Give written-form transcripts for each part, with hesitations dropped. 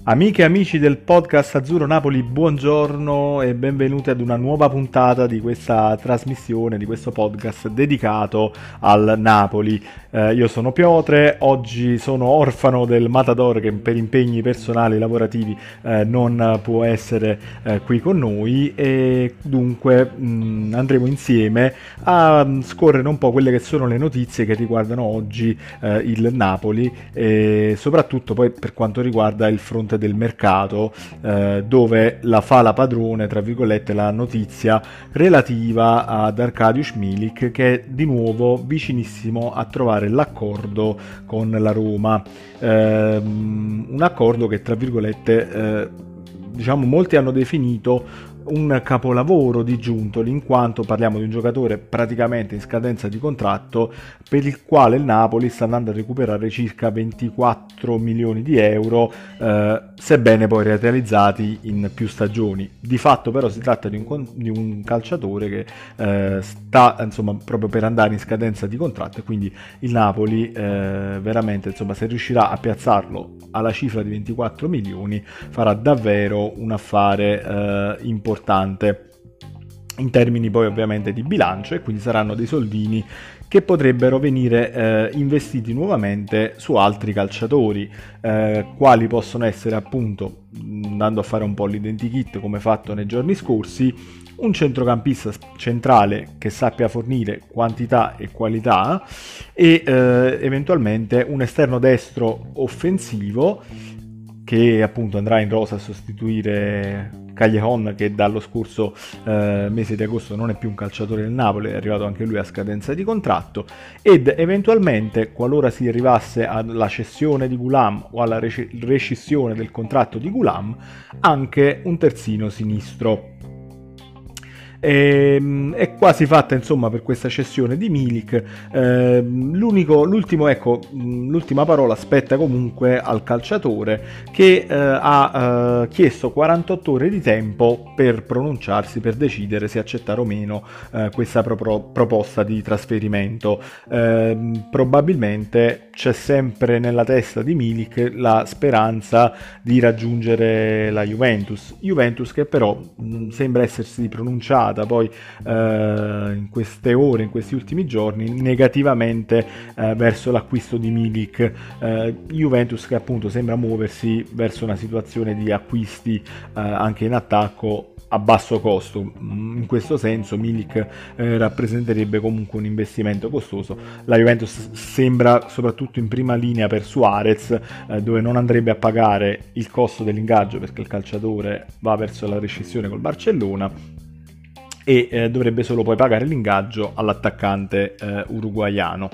Amiche e amici del podcast Azzurro Napoli, buongiorno e benvenuti ad una nuova puntata di questa trasmissione, di questo podcast dedicato al Napoli. Io sono Piotre, oggi sono orfano del Matador che per impegni personali lavorativi non può essere qui con noi e dunque andremo insieme a scorrere un po' quelle che sono le notizie che riguardano oggi il Napoli e soprattutto poi per quanto riguarda il fronte del mercato, dove la fa la padrone, tra virgolette, la notizia relativa ad Arkadiusz Milik, che è di nuovo vicinissimo a trovare l'accordo con la Roma, un accordo che, tra virgolette, diciamo molti hanno definito un capolavoro di Giuntoli, in quanto parliamo di un giocatore praticamente in scadenza di contratto per il quale il Napoli sta andando a recuperare circa 24 milioni di euro, sebbene poi realizzati in più stagioni. Di fatto però si tratta di un calciatore che sta insomma proprio per andare in scadenza di contratto, e quindi il Napoli veramente, insomma, se riuscirà a piazzarlo alla cifra di 24 milioni farà davvero un affare importante in termini poi ovviamente di bilancio, e quindi saranno dei soldini che potrebbero venire investiti nuovamente su altri calciatori, quali possono essere, appunto, andando a fare un po' l'identikit come fatto nei giorni scorsi, un centrocampista centrale che sappia fornire quantità e qualità e eventualmente un esterno destro offensivo che appunto andrà in rosa a sostituire Callejon, che dallo scorso mese di agosto non è più un calciatore del Napoli, è arrivato anche lui a scadenza di contratto, ed eventualmente, qualora si arrivasse alla cessione di Ghoulam o alla rescissione del contratto di Ghoulam, anche un terzino sinistro. È quasi fatta, insomma, per questa cessione di Milik. L'ultima parola spetta comunque al calciatore, che ha chiesto 48 ore di tempo per pronunciarsi, per decidere se accettare o meno questa proposta di trasferimento. Probabilmente c'è sempre nella testa di Milik la speranza di raggiungere la Juventus che però sembra essersi pronunciata poi in queste ore, in questi ultimi giorni, negativamente verso l'acquisto di Milik. Juventus che appunto sembra muoversi verso una situazione di acquisti anche in attacco a basso costo. In questo senso Milik rappresenterebbe comunque un investimento costoso. La Juventus sembra soprattutto in prima linea per Suarez, dove non andrebbe a pagare il costo dell'ingaggio perché il calciatore va verso la rescissione col Barcellona, e dovrebbe solo poi pagare l'ingaggio all'attaccante uruguaiano.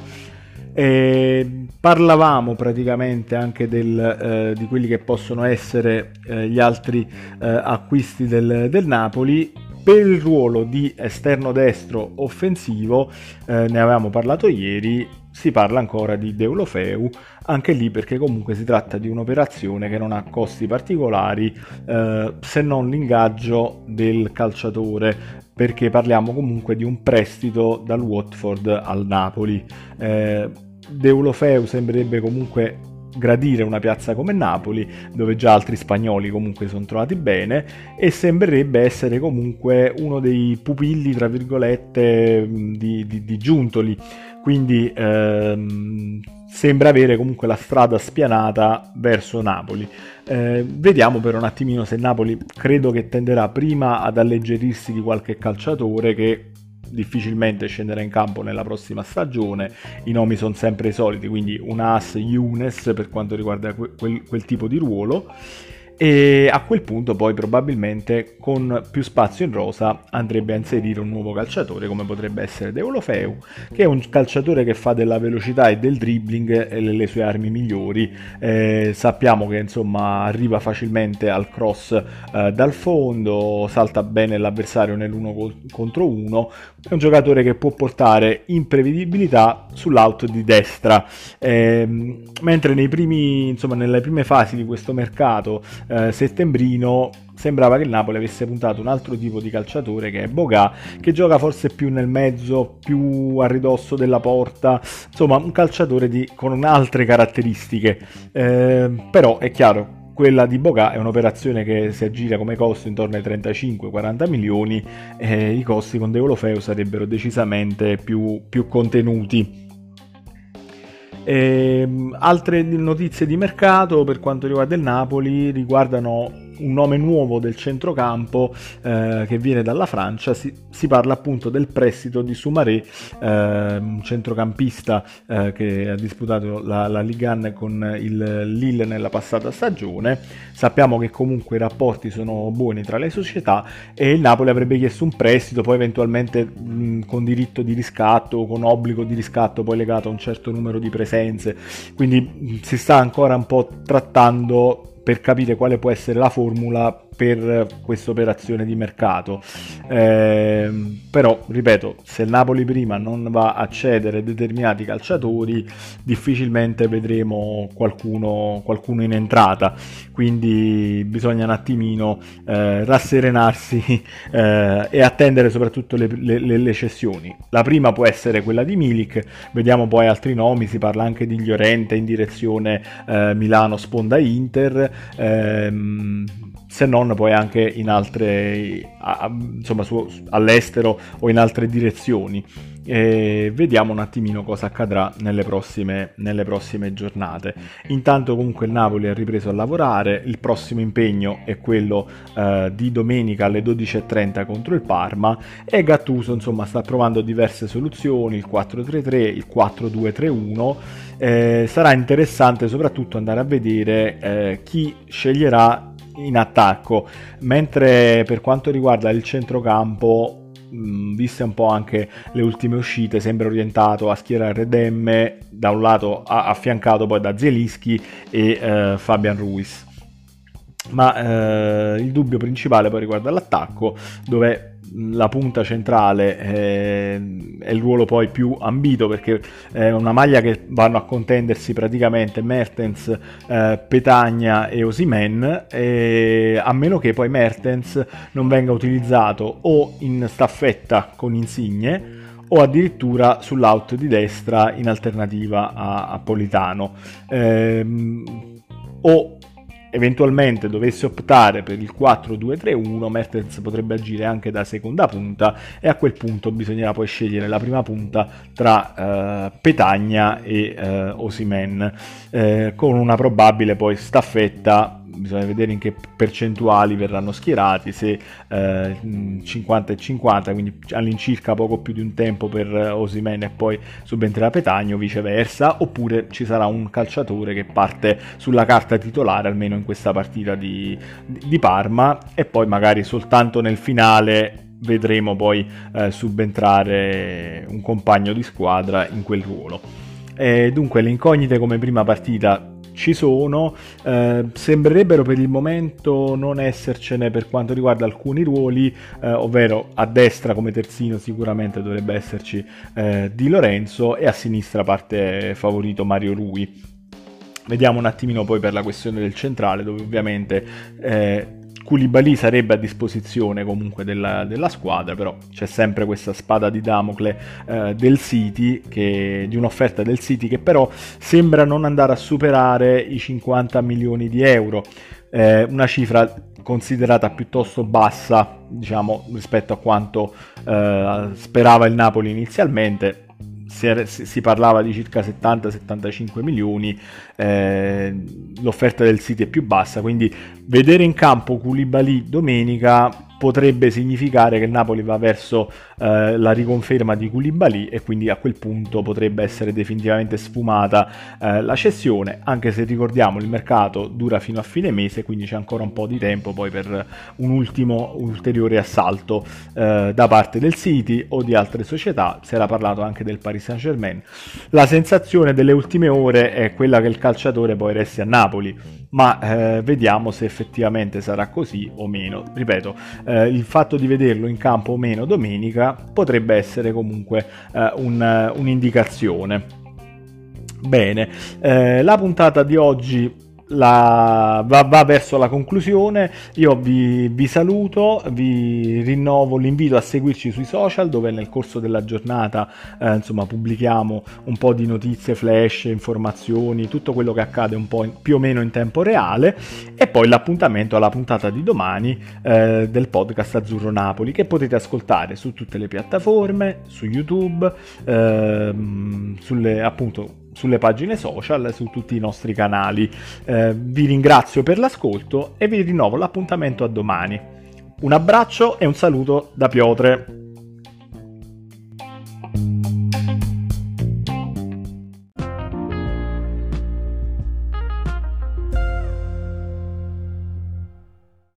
Parlavamo praticamente anche di quelli che possono essere gli altri acquisti del Napoli. Per il ruolo di esterno destro offensivo ne avevamo parlato ieri, si parla ancora di Deulofeu, anche lì perché comunque si tratta di un'operazione che non ha costi particolari se non l'ingaggio del calciatore, perché parliamo comunque di un prestito dal Watford al Napoli. Deulofeu sembrerebbe comunque gradire una piazza come Napoli, dove già altri spagnoli comunque sono trovati bene, e sembrerebbe essere comunque uno dei pupilli, tra virgolette, di Giuntoli, quindi sembra avere comunque la strada spianata verso Napoli. Vediamo per un attimino se Napoli, credo che tenderà prima ad alleggerirsi di qualche calciatore che difficilmente scenderà in campo nella prossima stagione. I nomi sono sempre i soliti, quindi Unas, Younes per quanto riguarda quel tipo di ruolo, e a quel punto poi probabilmente con più spazio in rosa andrebbe a inserire un nuovo calciatore come potrebbe essere Deulofeu, che è un calciatore che fa della velocità e del dribbling le sue armi migliori. Sappiamo che insomma arriva facilmente al cross dal fondo, salta bene l'avversario nell'uno contro uno, è un giocatore che può portare imprevedibilità sull'out di destra, mentre nelle prime fasi di questo mercato settembrino sembrava che il Napoli avesse puntato un altro tipo di calciatore, che è Boga, che gioca forse più nel mezzo, più a ridosso della porta, insomma un calciatore con altre caratteristiche, però è chiaro, quella di Boga è un'operazione che si aggira come costo intorno ai 35-40 milioni e i costi con Deulofeu sarebbero decisamente più contenuti. Altre notizie di mercato per quanto riguarda il Napoli riguardano un nome nuovo del centrocampo che viene dalla Francia. Si parla appunto del prestito di Soumaré, un centrocampista che ha disputato la Ligue 1 con il Lille nella passata stagione. Sappiamo che comunque i rapporti sono buoni tra le società e il Napoli avrebbe chiesto un prestito, poi eventualmente con diritto di riscatto, con obbligo di riscatto poi legato a un certo numero di presenze, quindi si sta ancora un po' trattando per capire quale può essere la formula per questa operazione di mercato. Però ripeto, se il Napoli prima non va a cedere determinati calciatori, difficilmente vedremo qualcuno in entrata, quindi bisogna un attimino rasserenarsi e attendere soprattutto le cessioni. La prima può essere quella di Milik, vediamo poi altri nomi, si parla anche di Llorente in direzione Milano sponda Inter, se non poi anche in altre, insomma all'estero o in altre direzioni. Vediamo un attimino cosa accadrà nelle prossime giornate. Intanto comunque il Napoli ha ripreso a lavorare, il prossimo impegno è quello di domenica alle 12:30 contro il Parma e Gattuso insomma sta provando diverse soluzioni, il 4-3-3, il 4-2-3-1. Sarà interessante soprattutto andare a vedere chi sceglierà in attacco, mentre per quanto riguarda il centrocampo, viste un po' anche le ultime uscite, sembra orientato a schierare Demme da un lato, affiancato poi da Zielinski e Fabian Ruiz. Ma il dubbio principale poi riguarda l'attacco, dove la punta centrale è il ruolo poi più ambito, perché è una maglia che vanno a contendersi praticamente Mertens, Petagna e Osimhen, a meno che poi Mertens non venga utilizzato o in staffetta con Insigne o addirittura sull'out di destra in alternativa a Politano, o eventualmente dovesse optare per il 4-2-3-1, Mertens potrebbe agire anche da seconda punta e a quel punto bisognerà poi scegliere la prima punta tra Petagna e Osimhen, con una probabile poi staffetta. Bisogna vedere in che percentuali verranno schierati, se 50 e 50, quindi all'incirca poco più di un tempo per Osimhen e poi subentrerà Petagna o viceversa, oppure ci sarà un calciatore che parte sulla carta titolare almeno in questa partita di Parma e poi magari soltanto nel finale vedremo poi subentrare un compagno di squadra in quel ruolo. Dunque le incognite come prima partita ci sono, sembrerebbero per il momento non essercene per quanto riguarda alcuni ruoli, ovvero a destra come terzino sicuramente dovrebbe esserci Di Lorenzo e a sinistra parte favorito Mario Rui. Vediamo un attimino poi per la questione del centrale, dove ovviamente Koulibaly sarebbe a disposizione comunque della squadra, però c'è sempre questa spada di Damocle del City, di un'offerta del City che però sembra non andare a superare i 50 milioni di euro, una cifra considerata piuttosto bassa, diciamo, rispetto a quanto sperava il Napoli inizialmente. Si parlava di circa 70-75 milioni, l'offerta del City è più bassa, quindi vedere in campo Koulibaly domenica potrebbe significare che il Napoli va verso la riconferma di Koulibaly e quindi a quel punto potrebbe essere definitivamente sfumata la cessione, anche se ricordiamo il mercato dura fino a fine mese, quindi c'è ancora un po' di tempo poi per un ulteriore assalto da parte del City o di altre società. Si era parlato anche del Paris Saint-Germain. La sensazione delle ultime ore è quella che il calciatore poi resti a Napoli, ma vediamo se effettivamente sarà così o meno. Ripeto, il fatto di vederlo in campo o meno domenica potrebbe essere comunque un'indicazione. Bene, la puntata di oggi va verso la conclusione. Io vi saluto, vi rinnovo l'invito a seguirci sui social, dove nel corso della giornata insomma pubblichiamo un po' di notizie flash, informazioni, tutto quello che accade un po' più o meno in tempo reale, e poi l'appuntamento alla puntata di domani del podcast Azzurro Napoli, che potete ascoltare su tutte le piattaforme, su YouTube, sulle pagine social, su tutti i nostri canali. Vi ringrazio per l'ascolto e vi rinnovo l'appuntamento a domani. Un abbraccio e un saluto da Piotre.